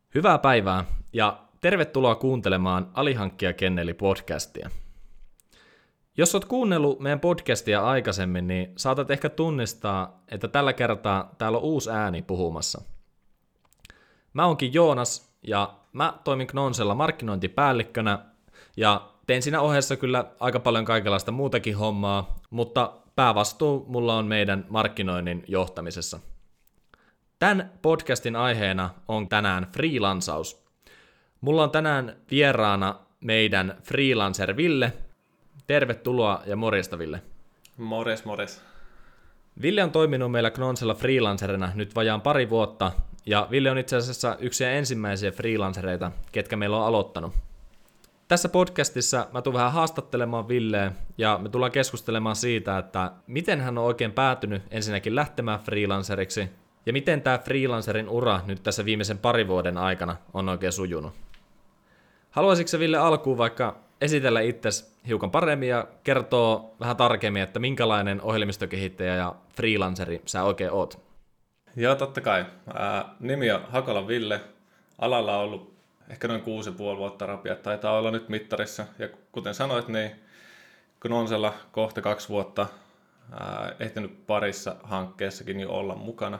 Hyvää päivää ja tervetuloa kuuntelemaan Alihankkija-kenneli-podcastia. Jos olet kuunnellut meidän podcastia aikaisemmin, niin saatat ehkä tunnistaa, että tällä kertaa täällä on uusi ääni puhumassa. Mä oonkin Joonas ja mä toimin Knonsella markkinointipäällikkönä ja teen siinä ohessa kyllä aika paljon kaikenlaista muutakin hommaa, mutta päävastuu mulla on meidän markkinoinnin johtamisessa. Tämän podcastin aiheena on tänään freelansaus. Mulla on tänään vieraana meidän freelancer Ville. Tervetuloa ja morjesta Ville. Morjes. Ville on toiminut meillä Knonsella freelancerina nyt vajaan pari vuotta, ja Ville on itse asiassa yksi ensimmäisiä freelancereita, ketkä meillä on aloittanut. Tässä podcastissa mä tulen vähän haastattelemaan Villeä, ja me tullaan keskustelemaan siitä, että miten hän on oikein päätynyt ensinnäkin lähtemään freelanceriksi, ja miten tämä freelancerin ura nyt tässä viimeisen parin vuoden aikana on oikein sujunut. Haluaisitko sä Ville alkuun vaikka esitellä itsesi hiukan paremmin ja kertoo vähän tarkemmin, että minkälainen ohjelmistokehittäjä ja freelanceri sä oikein oot? Joo, totta kai. Nimi on Hakola Ville. Alalla on ollut ehkä noin 6,5 vuotta rapia. Taitaa olla nyt mittarissa. Ja kuten sanoit, niin Knonsella kohta 2 vuotta. Ehtinyt parissa hankkeessakin jo olla mukana.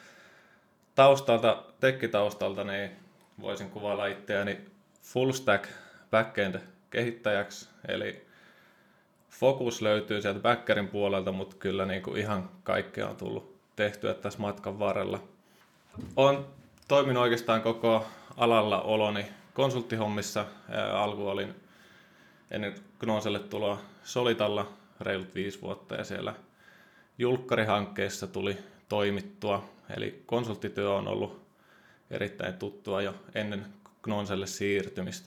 Tekkitaustalta, niin voisin kuvailla itseäni full stack backend kehittäjäksi, eli fokus löytyy sieltä backerin puolelta, mutta kyllä niin kuin ihan kaikkea on tullut tehtyä tässä matkan varrella. Olen toiminut oikeastaan koko alalla oloni konsulttihommissa. Alku olin ennen Knonselle tuloa Solitalla reilut 5 vuotta ja siellä julkkarihankkeessa tuli toimittua. Eli konsulttityö on ollut erittäin tuttua jo ennen Knonselle siirtymistä.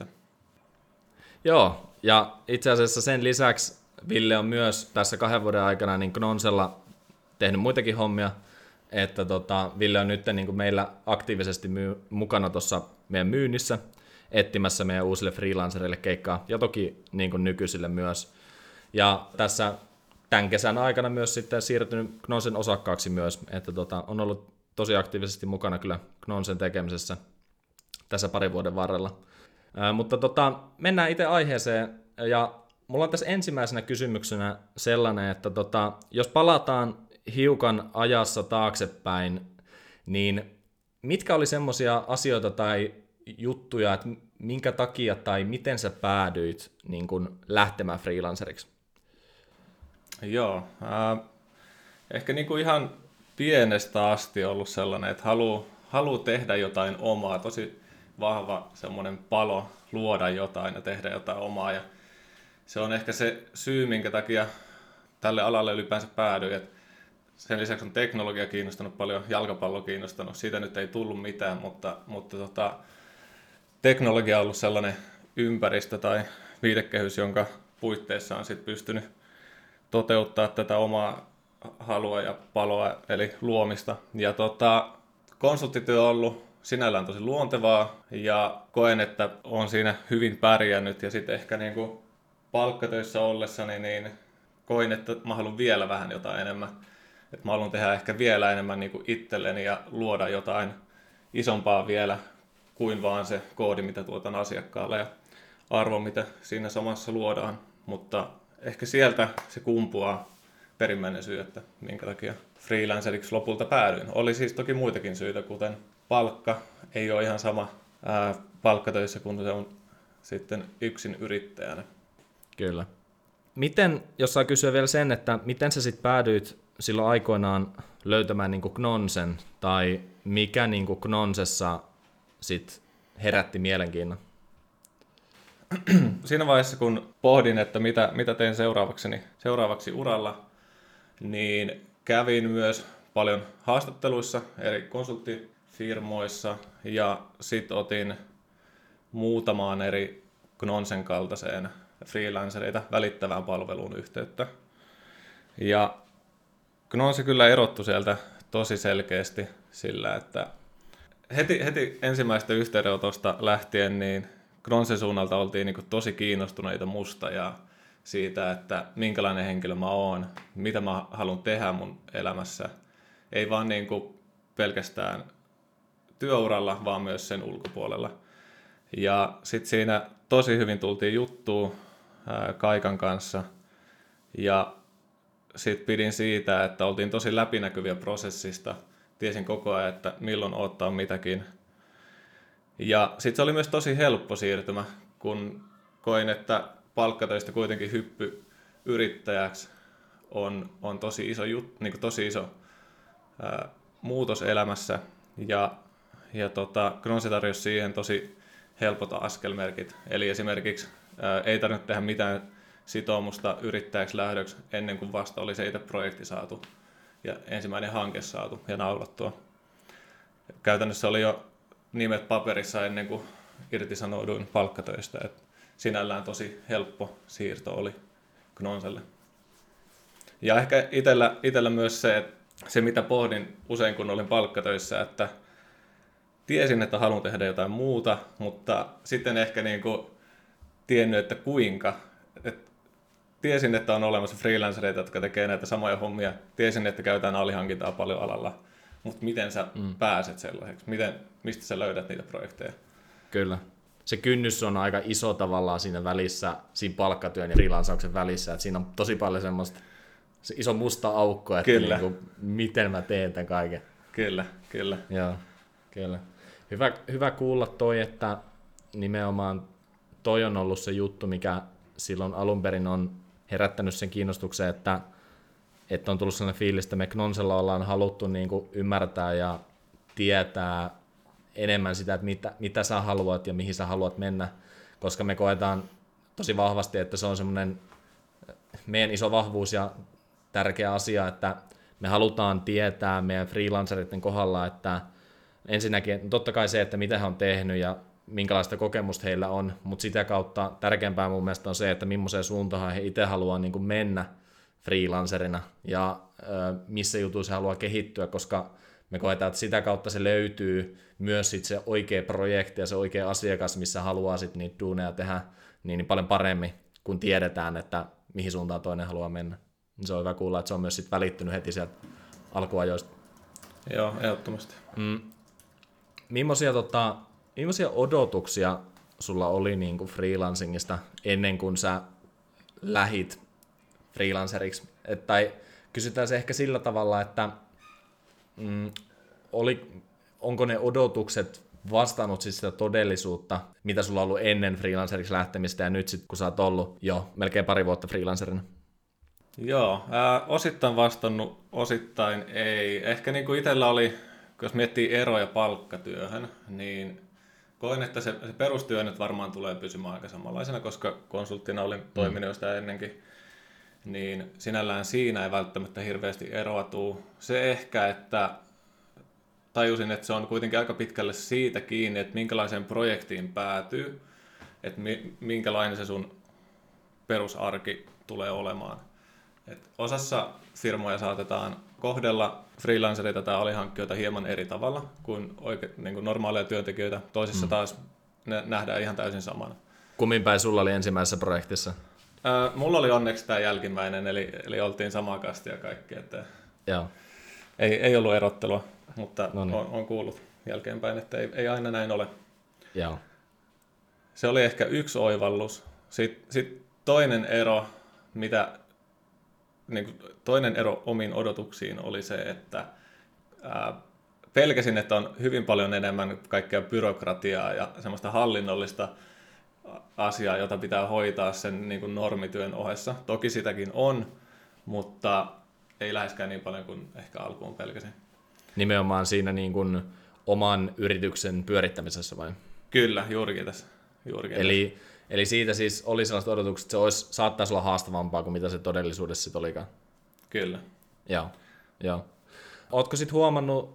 Joo, ja itse asiassa sen lisäksi Ville on myös tässä 2 vuoden aikana niin Knonsella tehnyt muitakin hommia, että Ville on nyt niin kuin meillä aktiivisesti mukana tuossa meidän myynnissä, etsimässä meidän uusille freelancereille keikkaa, ja toki niin kuin nykyisille myös. Ja tässä tämän kesän aikana myös sitten siirtynyt Knonsen osakkaaksi myös, että on ollut tosi aktiivisesti mukana kyllä Knonsen tekemisessä tässä 2 vuoden varrella. Mutta mennään itse aiheeseen, ja mulla on tässä ensimmäisenä kysymyksenä sellainen, että jos palataan hiukan ajassa taaksepäin, niin mitkä oli semmoisia asioita tai juttuja, että minkä takia tai miten sä päädyit niin kun lähtemään freelanceriksi? Joo, ehkä niin kuin ihan pienestä asti ollut sellainen, että haluaa tehdä jotain omaa, tosi vahva semmoinen palo luoda jotain ja tehdä jotain omaa. Ja se on ehkä se syy, minkä takia tälle alalle ylipäänsä päädyin. Et sen lisäksi on teknologia kiinnostanut paljon, jalkapallo kiinnostanut. Siitä nyt ei tullut mitään, mutta teknologia on ollut sellainen ympäristö tai viitekehys, jonka puitteissa on sit pystynyt toteuttaa tätä omaa halua ja paloa, eli luomista. Ja konsulttityö on ollut sinällään tosi luontevaa ja koen, että on siinä hyvin pärjännyt ja sitten ehkä niin kuin palkkatöissä ollessani niin koin, että mä haluan vielä vähän jotain enemmän. Että mä haluan tehdä ehkä vielä enemmän niin kuin itselleni ja luoda jotain isompaa vielä kuin vaan se koodi, mitä tuotan asiakkaalle ja arvo, mitä siinä samassa luodaan. Mutta ehkä sieltä se kumpuaa perimmäinen syy, että minkä takia freelanceriksi lopulta päädyin. Oli siis toki muitakin syitä, kuten palkka ei ole ihan sama palkkatöissä kuin se on sitten yksin yrittäjänä. Kyllä. Miten, jos saa kysyä vielä sen, että miten sä sitten päädyit silloin aikoinaan löytämään niin kuin Knonsen, tai mikä niin kuin Knonsessa sit herätti mielenkiinnon? Siinä vaiheessa, kun pohdin, että mitä teen seuraavaksi uralla, niin kävin myös paljon haastatteluissa eri konsulttifirmoissa ja sitten otin muutamaan eri Knonsen kaltaiseen freelancereita välittävään palveluun yhteyttä. Ja Knonse kyllä erottui sieltä tosi selkeästi sillä, että heti ensimmäistä yhteydenotosta lähtien niin Knonsen suunnalta oltiin niin kuin tosi kiinnostuneita musta ja siitä, että minkälainen henkilö mä oon, mitä mä haluan tehdä mun elämässä. Ei vaan niin kuin pelkästään työuralla, vaan myös sen ulkopuolella. Ja sitten siinä tosi hyvin tultiin juttuun Kaikan kanssa. Ja sitten pidin siitä, että oltiin tosi läpinäkyviä prosessista. Tiesin koko ajan, että milloin ottaa mitäkin. Ja sitten se oli myös tosi helppo siirtymä, kun koin, että palkkatöistä kuitenkin hyppy yrittäjäksi on tosi iso niin tosi iso muutos elämässä. Ja Kronse tarjosi siihen tosi helpot askelmerkit. Eli esimerkiksi ei tarvinnut tehdä mitään sitoumusta yrittäjäksi lähdöksi ennen kuin vasta oli se itse projekti saatu ja ensimmäinen hanke saatu ja naulattua. Käytännössä oli jo nimet paperissa ennen kuin irtisanouduin palkkatöistä. Et sinällään tosi helppo siirto oli Knonselle. Ja ehkä itsellä myös se, mitä pohdin usein kun olin palkkatöissä, että tiesin, että haluan tehdä jotain muuta, mutta sitten ehkä tiennyt, että kuinka. Tiesin, että on olemassa freelancereita, jotka tekee näitä samoja hommia. Tiesin, että käytetään alihankintaa paljon alalla. Mutta miten sä pääset sellaiseksi? Mistä sä löydät niitä projekteja? Kyllä. Se kynnys on aika iso tavallaan siinä välissä, siinä palkkatyön ja freelansauksen välissä. Että siinä on tosi paljon semmoista se iso musta aukko, että miten mä teen tämän kaiken. Kyllä. Joo, kyllä. Hyvä kuulla toi, että nimenomaan toi on ollut se juttu, mikä silloin alun perin on herättänyt sen kiinnostuksen, että on tullut sellainen fiilis, että me Knonsella ollaan haluttu ymmärtää ja tietää enemmän sitä, että mitä sä haluat ja mihin sä haluat mennä, koska me koetaan tosi vahvasti, että se on semmoinen meidän iso vahvuus ja tärkeä asia, että me halutaan tietää meidän freelanceritten kohdalla, että ensinnäkin totta kai se, että mitä he on tehnyt ja minkälaista kokemusta heillä on, mutta sitä kautta tärkeämpää mun mielestä on se, että millaiseen suuntaan he itse haluaa mennä freelancerina ja missä jutuissa he haluaa kehittyä, koska me koetaan, että sitä kautta se löytyy myös sit se oikea projekti ja se oikea asiakas, missä haluaa sit niitä duuneja tehdä niin paljon paremmin, kun tiedetään, että mihin suuntaan toinen haluaa mennä. Se on hyvä kuulla, että se on myös sit välittynyt heti sieltä alkuajoista. Joo, ehdottomasti. Millaisia odotuksia sulla oli freelancingista ennen kuin sä lähit freelanceriksi? Tai kysytään se ehkä sillä tavalla, että onko ne odotukset vastannut siis sitä todellisuutta, mitä sulla on ollut ennen freelanceriksi lähtemistä ja nyt sitten kun sä oot ollut jo melkein pari vuotta freelancerina? Joo, osittain vastannut, osittain ei. Ehkä itsellä oli, jos miettii eroja palkkatyöhön, niin koen, että se perustyö nyt varmaan tulee pysymään aika samanlaisena, koska konsulttina olin toiminut jo sitä ennenkin, niin sinällään siinä ei välttämättä hirveästi eroa tule. Se ehkä, että tajusin, että se on kuitenkin aika pitkälle siitä kiinni, että minkälaiseen projektiin päätyy, että minkälainen se sun perusarki tulee olemaan. Et osassa firmoja saatetaan kohdella freelancereita tai alihankkijoita hieman eri tavalla kuin normaaleja työntekijöitä. Toisissa taas ne nähdään ihan täysin samana. Kummin päin sulla oli ensimmäisessä projektissa? Mulla oli onneksi tämä jälkimmäinen, eli oltiin samaa kastia kaikki. Että Joo. Ei ollut erottelua, mutta on kuullut jälkeenpäin, että ei aina näin ole. Joo. Se oli ehkä yksi oivallus. Sitten toinen ero, toinen ero omiin odotuksiin oli se, että pelkäsin, että on hyvin paljon enemmän kaikkea byrokratiaa ja semmoista hallinnollista asiaa, jota pitää hoitaa sen normityön ohessa. Toki sitäkin on, mutta ei läheskään niin paljon kuin ehkä alkuun pelkäsin. Nimenomaan siinä oman yrityksen pyörittämisessä vai? Kyllä, juurikin tässä. Eli siitä siis oli sellaiset odotukset, että se saattaisi olla haastavampaa kuin mitä se todellisuudessa sitten olikaan. Kyllä. Joo. Ootko sitten huomannut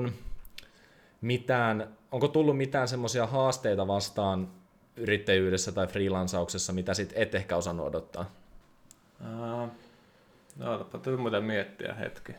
onko tullut mitään semmoisia haasteita vastaan yrittäjyydessä tai freelancauksessa, mitä sitten et ehkä osannut odottaa? Täytyy muuten miettiä hetki.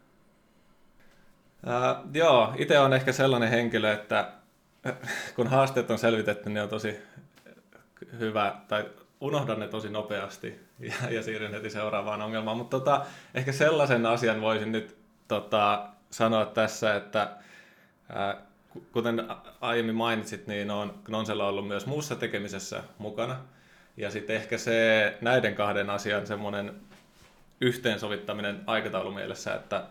Joo, itse on ehkä sellainen henkilö, että kun haasteet on selvitetty, niin on tosi hyvä, tai unohdan ne tosi nopeasti ja siirryn heti seuraavaan ongelmaan, mutta ehkä sellaisen asian voisin nyt sanoa tässä, että kuten aiemmin mainitsit, niin on Knonsella ollut myös muussa tekemisessä mukana. Ja sitten ehkä se näiden kahden asian semmoinen yhteensovittaminen aikataulumielessä, että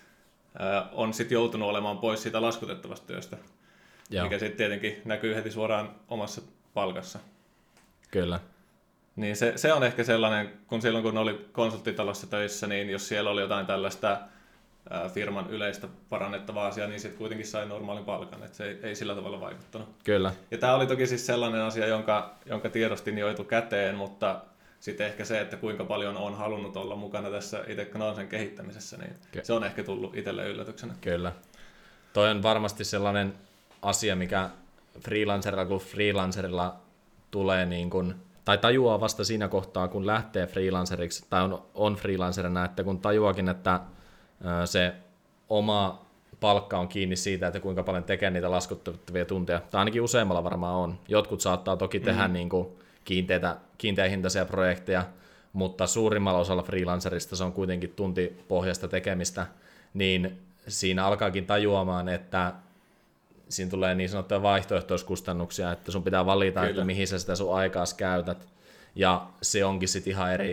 on sitten joutunut olemaan pois siitä laskutettavasta työstä, mikä sitten tietenkin näkyy heti suoraan omassa palkassa. Kyllä. Niin se on ehkä sellainen, kun silloin kun oli konsulttitalossa töissä, niin jos siellä oli jotain tällaista firman yleistä parannettavaa asiaa, niin sitten kuitenkin sai normaalin palkan, että se ei sillä tavalla vaikuttanut. Kyllä. Ja tämä oli toki siis sellainen asia, jonka tiedostin jo etukäteen, mutta sitten ehkä se, että kuinka paljon on halunnut olla mukana tässä itse Knonsen kehittämisessä, niin se on ehkä tullut itselle yllätyksenä. Kyllä. Toi on varmasti sellainen asia, mikä freelancerilla tulee niin kuin, tai tajuaa vasta siinä kohtaa, kun lähtee freelanceriksi, tai on freelancerina, että kun tajuakin, että se oma palkka on kiinni siitä, että kuinka paljon tekee niitä laskuttavia tunteja. Tai ainakin useammalla varmaan on. Jotkut saattaa toki tehdä niin kuin kiinteähintaisia projekteja, mutta suurimmalla osalla freelancerista se on kuitenkin tuntipohjaista tekemistä, niin siinä alkaakin tajuamaan, että siinä tulee niin sanottuja vaihtoehtoiskustannuksia, että sun pitää valita, Kyllä. että mihin sä sitä sun aikaas käytät. Ja se onkin sitten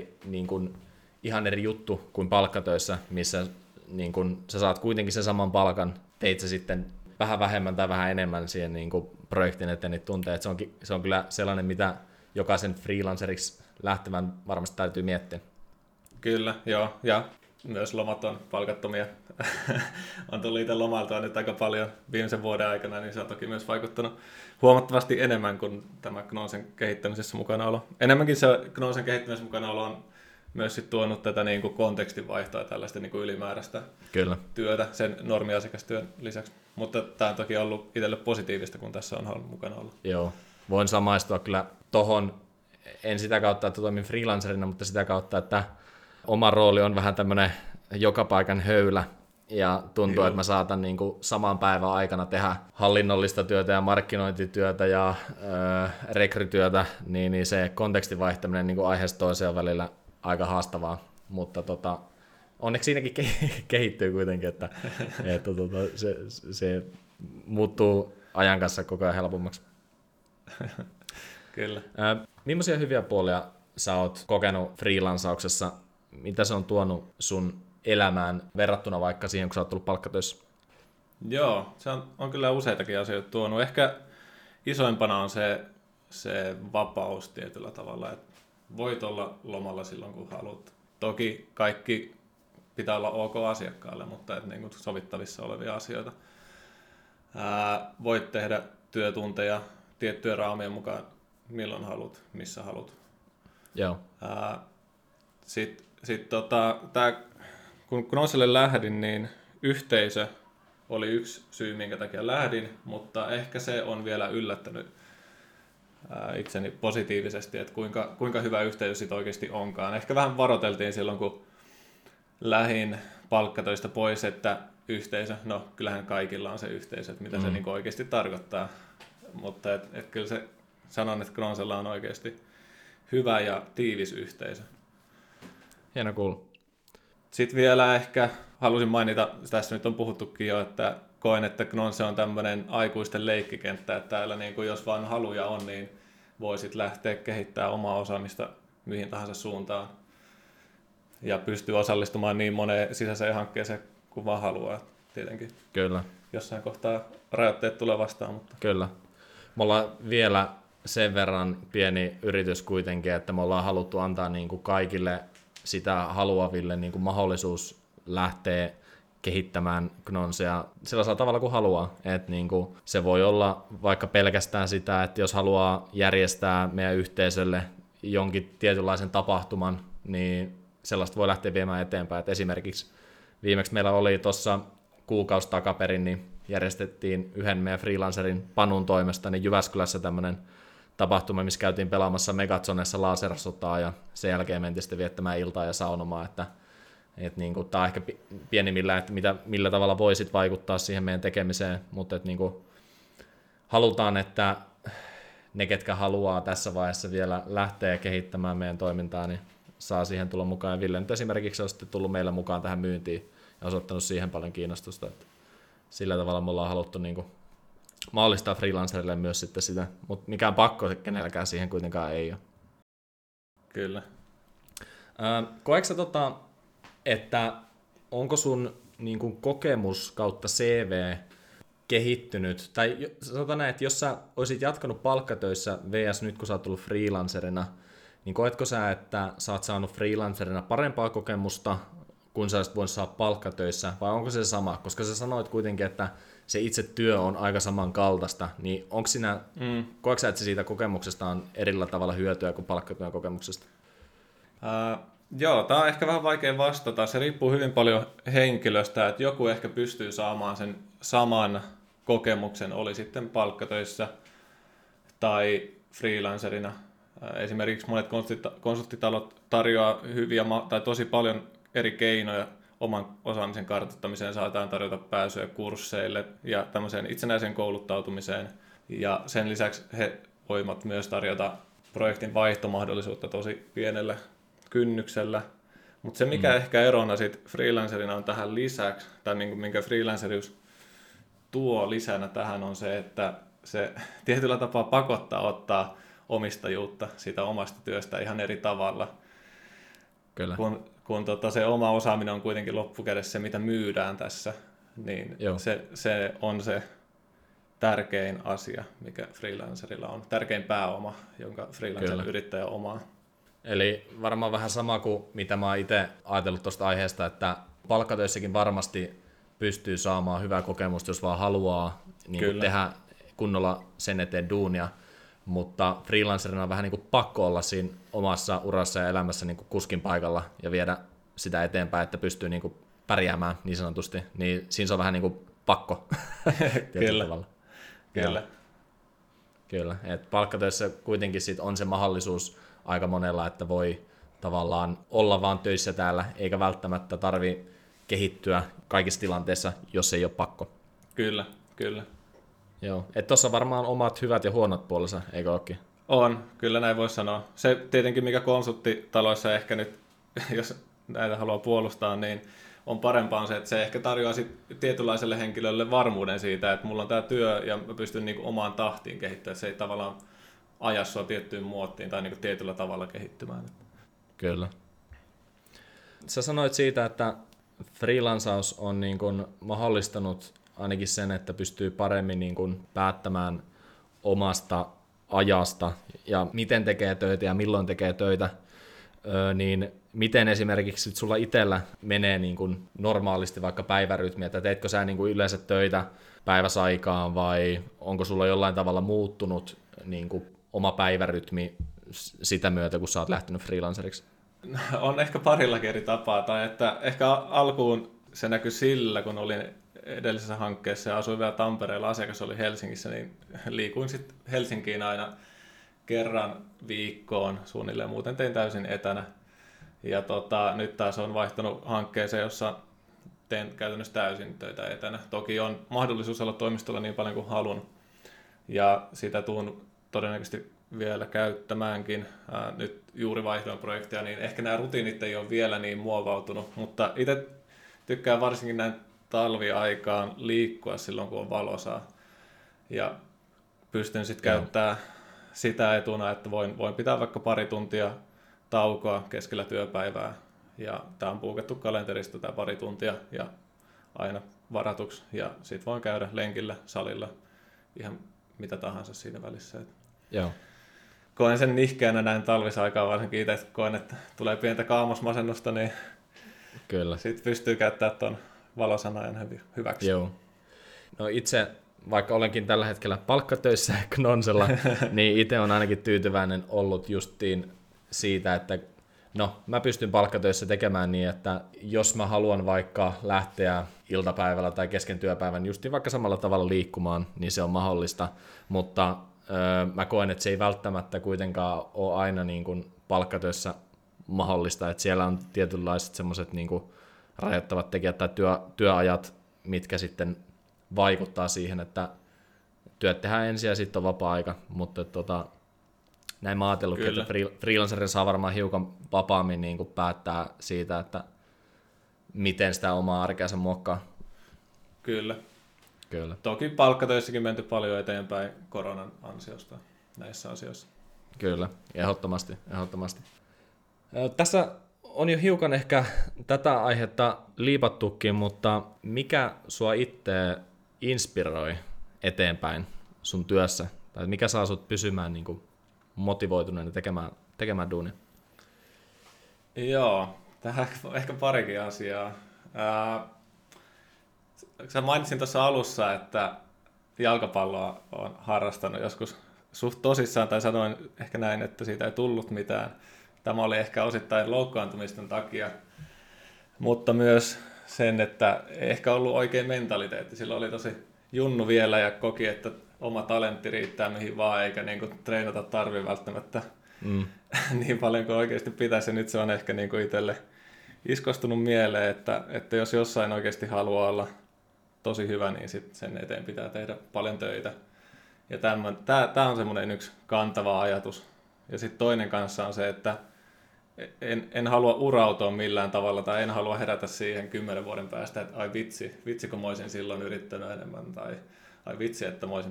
ihan eri juttu kuin palkkatöissä, missä niin kun sä saat kuitenkin sen saman palkan, teit sä sitten vähän vähemmän tai vähän enemmän siihen niin kun projektin eteen niitä tunteja. Se on kyllä sellainen, mitä jokaisen freelanceriksi lähtevän varmasti täytyy miettiä. Kyllä, joo. Ja myös lomat on palkattomia. On tullut itse lomalta nyt aika paljon viimeisen vuoden aikana, niin se on toki myös vaikuttanut huomattavasti enemmän kuin tämä Knonsen kehittämisessä mukanaolo. Enemmänkin se Knonsen kehittämisessä mukanaolo on myös sit tuonut tätä niin kuin kontekstinvaihtoa ja tällaista niin kuin ylimääräistä Kyllä. työtä sen normiasiakastyön lisäksi. Mutta tämä on toki ollut itselle positiivista, kun tässä on halunnut mukana olla. Joo, voin samaistua kyllä tohon, en sitä kautta, että toimin freelancerina, mutta sitä kautta, että oma rooli on vähän tämmöinen joka paikan höylä, ja tuntuu, että mä saatan niin kuin saman päivän aikana tehdä hallinnollista työtä ja markkinointityötä ja rekrytyötä, niin se kontekstin vaihtaminen niin kuin aiheesta toiseen on välillä aika haastavaa, mutta onneksi siinäkin kehittyy kuitenkin, että se muuttuu ajan kanssa koko ajan helpommaksi. Kyllä. Millaisia hyviä puolia sä oot kokenut freelancauksessa? Mitä se on tuonut sun elämään verrattuna vaikka siihen, kun sä oot tullut palkkatöissä? Joo, se on kyllä useitakin asioita tuonut. Ehkä isoimpana on se vapaus tietyllä tavalla, että voit olla lomalla silloin, kun haluat. Toki kaikki pitää olla ok asiakkaalle, mutta et niin kuin sovittavissa olevia asioita. Voit tehdä työtunteja tiettyjen raamien mukaan, milloin haluat, missä haluat. Joo. Kun Knonselle lähdin, niin yhteisö oli yksi syy, minkä takia lähdin, mutta ehkä se on vielä yllättänyt itseni positiivisesti, että kuinka hyvä yhteisö sit oikeasti onkaan. Ehkä vähän varoteltiin silloin, kun lähdin palkkatöistä pois, että yhteisö, no kyllähän kaikilla on se yhteisö, että mitä se niin oikeasti tarkoittaa, mutta kyllä se sanon, että Knonsella on oikeasti hyvä ja tiivis yhteisö. Hieno kuulla. Sitten vielä ehkä halusin mainita, tässä nyt on puhuttukin jo, että koen, että Knonse on tämmöinen aikuisten leikkikenttä, että täällä niin kuin jos vaan haluja on, niin voisit lähteä kehittämään omaa osaamista mihin tahansa suuntaan. Ja pystyy osallistumaan niin moneen sisäiseen hankkeeseen kuin vaan haluaa tietenkin. Kyllä. Jossain kohtaa rajoitteet tulee vastaan. Mutta. Kyllä. Me ollaan vielä sen verran pieni yritys kuitenkin, että me ollaan haluttu antaa niin kuin kaikille sitä haluaville niin kuin mahdollisuus lähteä kehittämään Knonsea sellaisella tavalla kuin haluaa. Että niin kuin se voi olla vaikka pelkästään sitä, että jos haluaa järjestää meidän yhteisölle jonkin tietynlaisen tapahtuman, niin sellaista voi lähteä viemään eteenpäin. Et esimerkiksi viimeksi meillä oli tuossa kuukausi takaperin, niin järjestettiin yhden meidän freelancerin Panun toimesta niin Jyväskylässä tämmöinen tapahtuma, missä käytiin pelaamassa Megazonessa lasersotaa ja sen jälkeen mentiin sitten viettämään iltaa ja saunomaan, että niin kuin, tämä on ehkä pienimmillään, että millä tavalla voisit vaikuttaa siihen meidän tekemiseen, mutta että niin kuin, halutaan, että ne, ketkä haluaa tässä vaiheessa vielä lähteä kehittämään meidän toimintaa, niin saa siihen tulla mukaan. Ja Ville nyt esimerkiksi on sitten tullut meille mukaan tähän myyntiin ja osoittanut siihen paljon kiinnostusta. Että sillä tavalla me ollaan haluttu niin kuin mahdollistaa freelancerille myös sitten sitä, mutta mikään pakko kenelläkään siihen kuitenkaan ei ole. Kyllä. Koetko sä, että onko sun niin kuin kokemus kautta CV kehittynyt, tai sanotaan näin, että jos sä olisit jatkanut palkkatöissä vs. nyt kun sä oot tullut freelancerina, niin koetko sä, että sä oot saanut freelancerina parempaa kokemusta, kun sä olisit voinut saada palkkatöissä, vai onko se sama? Koska sä sanoit kuitenkin, että se itse työ on aika samankaltaista, niin onko siinä, koetko sä, että siitä kokemuksesta on erillä tavalla hyötyä kuin palkkatyön kokemuksesta? Joo, tämä on ehkä vähän vaikea vastata. Se riippuu hyvin paljon henkilöstä, että joku ehkä pystyy saamaan sen saman kokemuksen, oli sitten palkkatöissä tai freelancerina. Esimerkiksi monet konsulttitalot tarjoaa hyviä tai tosi paljon eri keinoja oman osaamisen kartoittamiseen. Saadaan tarjota pääsyä kursseille ja tämmöiseen itsenäiseen kouluttautumiseen. Ja sen lisäksi he voivat myös tarjota projektin vaihtomahdollisuutta tosi pienellä kynnyksellä. Mutta se, mikä ehkä erona sit freelancerina on tähän lisäksi, tai minkä freelancerius tuo lisänä tähän, on se, että se tietyllä tapaa pakottaa ottaa omistajuutta siitä omasta työstä ihan eri tavalla. Kyllä. Kun se oma osaaminen on kuitenkin loppukädessä se, mitä myydään tässä, niin se on se tärkein asia, mikä freelancerilla on. Tärkein pääoma, jonka freelancer-yrittäjä omaa. Eli varmaan vähän sama kuin mitä mä oon itse ajatellut tuosta aiheesta, että palkkatöissäkin varmasti pystyy saamaan hyvää kokemusta, jos vaan haluaa niin tehdä kunnolla sen eteen duunia, mutta freelancerina on vähän niin kuin pakko olla siinä omassa urassa ja elämässä niin kuin kuskin paikalla ja viedä sitä eteenpäin, että pystyy niin kuin pärjäämään niin sanotusti, niin siinä se on vähän niin kuin pakko. Kyllä, että palkkatöissä kuitenkin sit on se mahdollisuus aika monella, että voi tavallaan olla vaan töissä täällä, eikä välttämättä tarvi kehittyä kaikissa tilanteissa, jos ei ole pakko. Kyllä. Joo, että tuossa varmaan omat hyvät ja huonot puolensa, eikö olekin? On, kyllä näin voi sanoa. Se tietenkin, mikä konsulttitaloissa ehkä nyt, jos näitä haluaa puolustaa, niin on parempaa on se, että se ehkä tarjoaa tietynlaiselle henkilölle varmuuden siitä, että mulla on tämä työ ja mä pystyn niinku omaan tahtiin kehittämään. Se ei tavallaan aja sua tiettyyn muottiin tai niinku tietyllä tavalla kehittymään. Kyllä. Sä sanoit siitä, että freelansaus on niin kuin mahdollistanut ainakin sen, että pystyy paremmin niin kuin päättämään omasta ajasta ja miten tekee töitä ja milloin tekee töitä, niin miten esimerkiksi sulla itsellä menee niin kuin normaalisti vaikka päivärytmi, että teetkö sä niin kuin yleensä töitä päiväsaikaan vai onko sulla jollain tavalla muuttunut niin kuin oma päivärytmi sitä myötä, kun sä oot lähtenyt freelanceriksi? On ehkä parillakin eri tapaa, tai että ehkä alkuun se näkyi sillä, kun olin edellisessä hankkeessa ja asuin vielä Tampereella, asiakas oli Helsingissä, niin liikuin sitten Helsinkiin aina kerran viikkoon suunnilleen, muuten tein täysin etänä. Ja nyt taas on vaihtanut hankkeeseen, jossa teen käytännössä täysin töitä etänä. Toki on mahdollisuus olla toimistolla niin paljon kuin haluan, ja sitä tuun todennäköisesti vielä käyttämäänkin. Nyt juuri vaihdoin projektia, niin ehkä nämä rutiinit ei ole vielä niin muovautunut, mutta itse tykkään varsinkin näin talviaikaan liikkua silloin, kun on valosaa. Ja pystyn sitten käyttämään sitä etuna, että voin pitää vaikka pari tuntia taukoa keskellä työpäivää. Ja tämä on puukattu kalenterista tämä pari tuntia ja aina varatuksi. Ja sitten voin käydä lenkillä, salilla, ihan mitä tahansa siinä välissä. Joo. Koen sen nihkeänä näin talvisaikaan, varsinkin itse koen, että tulee pientä kaamosmasennusta, niin sitten pystyy käyttämään tuon valosan ajan hyväksi. Joo. No itse, vaikka olenkin tällä hetkellä palkkatöissä Knonsella, niin itse on ainakin tyytyväinen ollut justiin siitä, että mä pystyn palkkatöissä tekemään niin, että jos mä haluan vaikka lähteä iltapäivällä tai kesken työpäivän justiin vaikka samalla tavalla liikkumaan, niin se on mahdollista, mutta mä koen, että se ei välttämättä kuitenkaan ole aina niin kuin palkkatöissä mahdollista, että siellä on tietynlaiset semmoiset niin kuin rajoittavat tekijät tai työajat, mitkä sitten vaikuttaa siihen, että työt tehdään ensin ja sitten on vapaa-aika, mutta näin mä ajatellutkin, että freelancerin saa varmaan hiukan vapaammin niin kuin päättää siitä, että miten sitä omaa arkeansa muokkaa. Kyllä. Kyllä. Toki palkkatöissäkin menty paljon eteenpäin koronan ansiosta näissä asioissa. Kyllä, ehdottomasti. Tässä on jo hiukan ehkä tätä aihetta liipattukin, mutta mikä sua itse inspiroi eteenpäin sun työssä? Tai mikä saa sut pysymään niin kuin motivoituneena tekemään duunia? Joo, tähän on ehkä parikin asiaa. Sä mainitsin tuossa alussa, että jalkapalloa on harrastanut joskus suht tosissaan, tai sanoin ehkä näin, että siitä ei tullut mitään. Tämä oli ehkä osittain loukkaantumisten takia, mutta myös sen, että ei ehkä ollut oikein mentaliteetti. Silloin oli tosi junnu vielä ja koki, että oma talentti riittää mihin vaan, eikä niin kuin treenata tarvi välttämättä niin paljon kuin oikeasti pitäisi. Ja nyt se on ehkä niin kuin itselle iskostunut mieleen, että jos jossain oikeasti haluaa olla tosi hyvä, niin sit sen eteen pitää tehdä paljon töitä. Ja tämä on semmoinen yksi kantava ajatus. Ja sitten toinen kanssa on se, että en halua urautua millään tavalla tai en halua herätä siihen 10 vuoden päästä, että ai vitsi kun mä olisin silloin yrittänyt enemmän tai ai vitsi, että mä olisin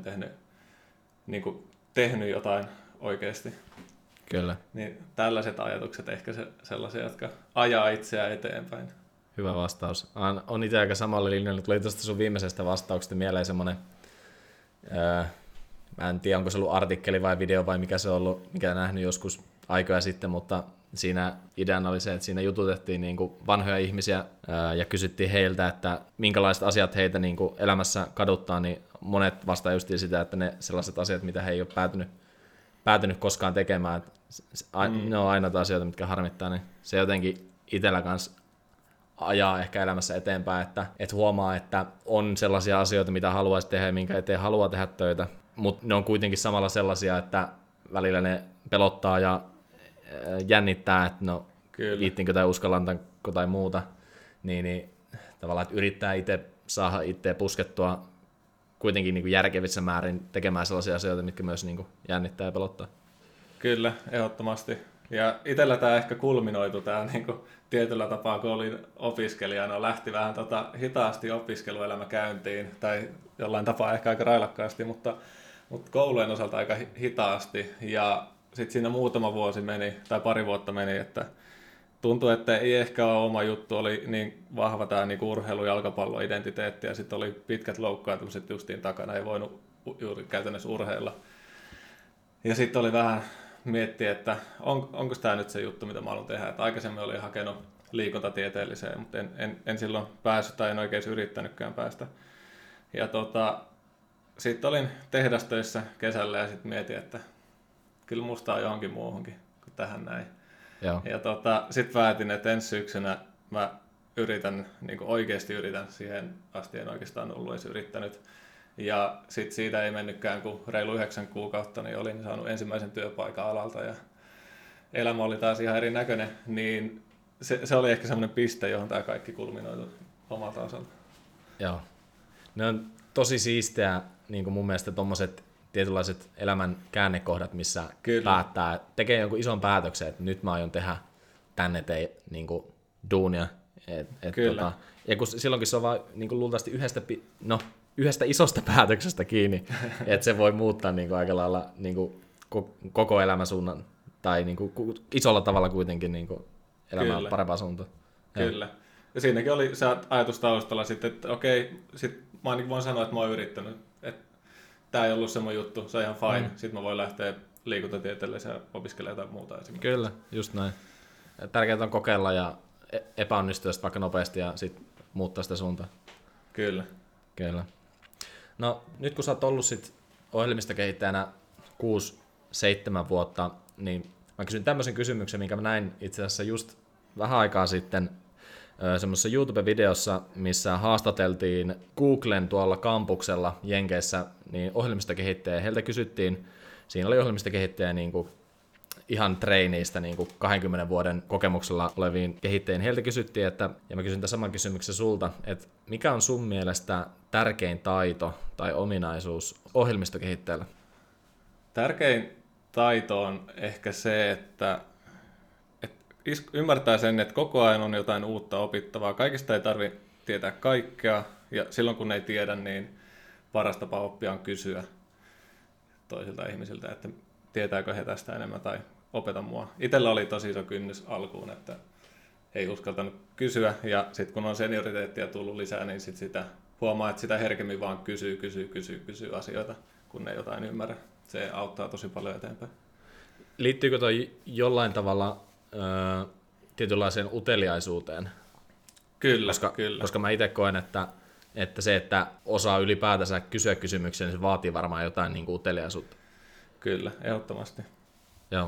tehnyt jotain oikeasti. Kyllä. Niin tällaiset ajatukset ehkä sellaisia, jotka ajaa itseään eteenpäin. Hyvä vastaus. On itse aika samalla linjalla. Tuli tuosta sun viimeisestä vastauksesta mieleen semmoinen, mä en tiedä onko se ollut artikkeli vai video vai mikä se on ollut, mikä nähnyt joskus aikoja sitten, mutta siinä ideana oli se, että siinä jututettiin niin kuin vanhoja ihmisiä ja kysyttiin heiltä, että minkälaiset asiat heitä niin kuin elämässä kaduttaa, niin monet vastaa justiin sitä, että ne sellaiset asiat, mitä he ei ole päätynyt koskaan tekemään, ne on ainoita asioita, mitkä harmittaa, niin se jotenkin itsellä kanssa ajaa ehkä elämässä eteenpäin, että huomaa, että on sellaisia asioita, mitä haluaisi tehdä ja minkä eteen haluaa tehdä töitä, mutta ne on kuitenkin samalla sellaisia, että välillä ne pelottaa ja jännittää, että no viittinkö tai uskallanko tai muuta, niin tavallaan, että yrittää itse saada itseä puskettua kuitenkin niin kuin järkevissä määrin tekemään sellaisia asioita, mitkä myös niin kuin jännittää ja pelottaa. Kyllä, ehdottomasti. Ja itsellä tämä ehkä kulminoitu tämä niin kuin tietyllä tapaa, kun olin opiskelijana, lähti vähän hitaasti opiskeluelämä käyntiin, tai jollain tapaa ehkä aika railakkaasti, mutta koulujen osalta aika hitaasti. Ja sitten siinä muutama vuosi meni, tai pari vuotta meni, että tuntui, että ei ehkä ole oma juttu, oli niin vahva tämä niin urheilu- jalkapallo-identiteetti, ja sitten oli pitkät loukkaantumiset justiin takana, ei voinut juuri käytännössä urheilla. Ja sitten oli vähän miettiä, että onko tämä nyt se juttu, mitä mä haluan tehdä. Että aikaisemmin olin hakenut liikuntatieteelliseen, mutta en silloin päässyt tai en oikein yrittänytkään päästä. Ja sitten olin tehdastöissä kesällä ja sitten mietin, että kyllä musta on johonkin muuhunkin kuin tähän näin. Joo. Ja sitten päätin, että ensi syksynä mä oikeasti yritän, siihen asti en oikeastaan ollut edes yrittänyt. Ja sitten siitä ei mennytkään kuin reilu 9 kuukautta, niin olin saanut ensimmäisen työpaikan alalta ja elämä oli taas ihan erinäköinen, niin se oli ehkä semmoinen piste, johon tämä kaikki kulminoitu omalta osalta. Joo. Ne on tosi siistejä niin kuin mun mielestä tommoset tietynlaiset elämän käännekohdat, missä päättää, tekee jonkun ison päätöksen, että nyt mä aion tehdä tänne niin kuin duunia. Kyllä. Ja kun silloinkin se on vaan niin kuin luultavasti yhdestä isosta päätöksestä kiinni, että se voi muuttaa niin kuin aika lailla niin kuin koko elämänsuunnan, tai niin kuin isolla tavalla kuitenkin niin kuin elämään parempaan suuntaan. Kyllä. Ja siinäkin oli se ajatus taustalla sitten, että okei, sit mä ainakin voin sanoa, että mä oon yrittänyt. Että tää ei ollut se mun juttu, se on ihan fine. Sitten mä voin lähteä liikuntatieteelliseen opiskelemaan jotain muuta esimerkiksi. Kyllä, just näin. Tärkeintä on kokeilla ja epäonnistua vaikka nopeasti ja sitten muuttaa sitä suuntaa. Kyllä. No nyt kun sä oot ollut sit ohjelmistokehittäjänä 6-7 vuotta, niin mä kysyn tämmöisen kysymyksen, minkä mä näin itse asiassa just vähän aikaa sitten semmoisessa YouTube-videossa, missä haastateltiin Googlen tuolla kampuksella Jenkeissä niin ohjelmistokehittäjä. Heiltä kysyttiin, siinä oli ohjelmistokehittäjä niin kuin ihan traineista niin kuin 20 vuoden kokemuksella oleviin kehittäjiin. Heiltä kysyttiin, ja mä kysyn tämän saman kysymyksen sulta, että mikä on sun mielestä tärkein taito tai ominaisuus ohjelmistokehittäjällä? Tärkein taito on ehkä se, että ymmärtää sen, että koko ajan on jotain uutta opittavaa. Kaikista ei tarvitse tietää kaikkea, ja silloin kun ei tiedä, niin paras tapa oppia on kysyä toisilta ihmisiltä, että tietääkö he tästä enemmän tai opeta mua. Itsellä oli tosi iso kynnys alkuun, että ei uskaltanut kysyä, ja sitten kun on senioriteettia tullut lisää, niin sitä huomaa, että sitä herkemmin vaan kysyy asioita, kun ei jotain ymmärrä. Se auttaa tosi paljon eteenpäin. Liittyykö toi jollain tavalla tietynlaiseen uteliaisuuteen? Kyllä, koska mä itse koen, että se, että osaa ylipäätänsä kysyä kysymyksiä, niin se vaatii varmaan jotain niin kuin uteliaisuutta. Kyllä, ehdottomasti. Joo.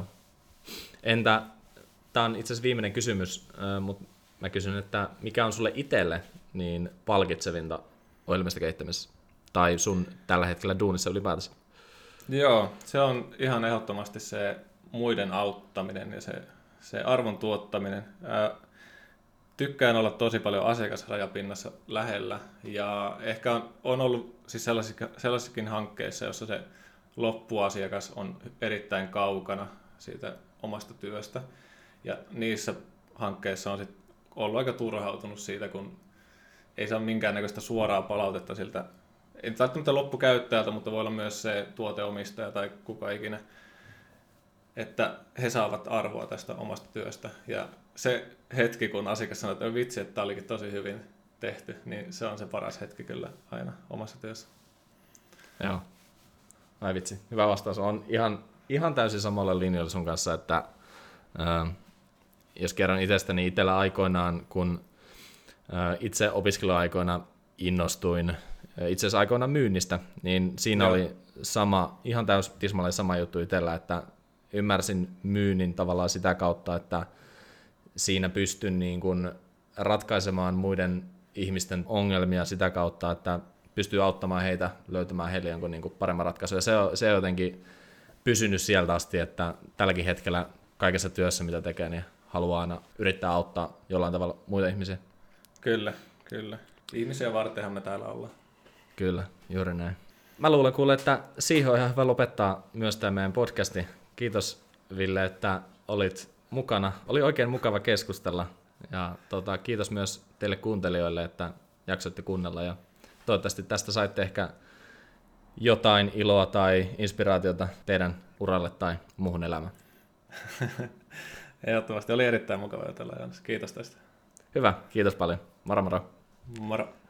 Tämä on itse asiassa viimeinen kysymys, mutta mä kysyn, että mikä on sulle itselle niin palkitsevinta ohjelmistokehittämisessä tai sun tällä hetkellä duunissa ylipäätänsä? Joo, se on ihan ehdottomasti se muiden auttaminen ja se arvon tuottaminen. Tykkään olla tosi paljon asiakasrajapinnassa lähellä, ja ehkä on ollut siis sellaisissakin hankkeissa, jossa se loppuasiakas on erittäin kaukana siitä omasta työstä, ja niissä hankkeissa on sit ollut aika turhautunut siitä, kun ei saa minkäännäköistä suoraa palautetta siltä, ei välttämättä loppukäyttäjältä, mutta voi olla myös se tuoteomistaja tai kuka ikinä, että he saavat arvoa tästä omasta työstä. Ja se hetki, kun asiakas sanoo, että vitsi, että tämä olikin tosi hyvin tehty, niin se on se paras hetki kyllä aina omassa työssä. Joo. Ai vitsi, hyvä vastaus. On ihan täysin samalla linjalla sun kanssa, että jos kerron itsestäni itsellä aikoinaan, kun itse opiskeluaikoina innostuin itse asiassa aikoinaan myynnistä, niin siinä oli ihan tismalleen sama juttu itsellä, että ymmärsin myynnin tavallaan sitä kautta, että siinä pystyn niin kuin ratkaisemaan muiden ihmisten ongelmia sitä kautta, että pystyy auttamaan heitä löytämään heille jonkun niin kuin paremman ratkaisun. Ja se on jotenkin pysynyt sieltä asti, että tälläkin hetkellä kaikessa työssä, mitä tekee, niin haluaa aina yrittää auttaa jollain tavalla muita ihmisiä. Kyllä. Ihmisiä vartenhan me täällä ollaan. Kyllä, juuri näin. Mä luulen kuule, että siihen on ihan hyvä lopettaa myös tämä meidän podcasti. Kiitos Ville, että olit mukana. Oli oikein mukava keskustella. Ja kiitos myös teille kuuntelijoille, että jaksoitte kuunnella. Ja toivottavasti tästä saitte ehkä jotain iloa tai inspiraatiota teidän uralle tai muuhun elämään. Ehdottomasti oli erittäin mukava jutella, Joonas. Kiitos tästä. Hyvä, kiitos paljon. Moro moro. Moro.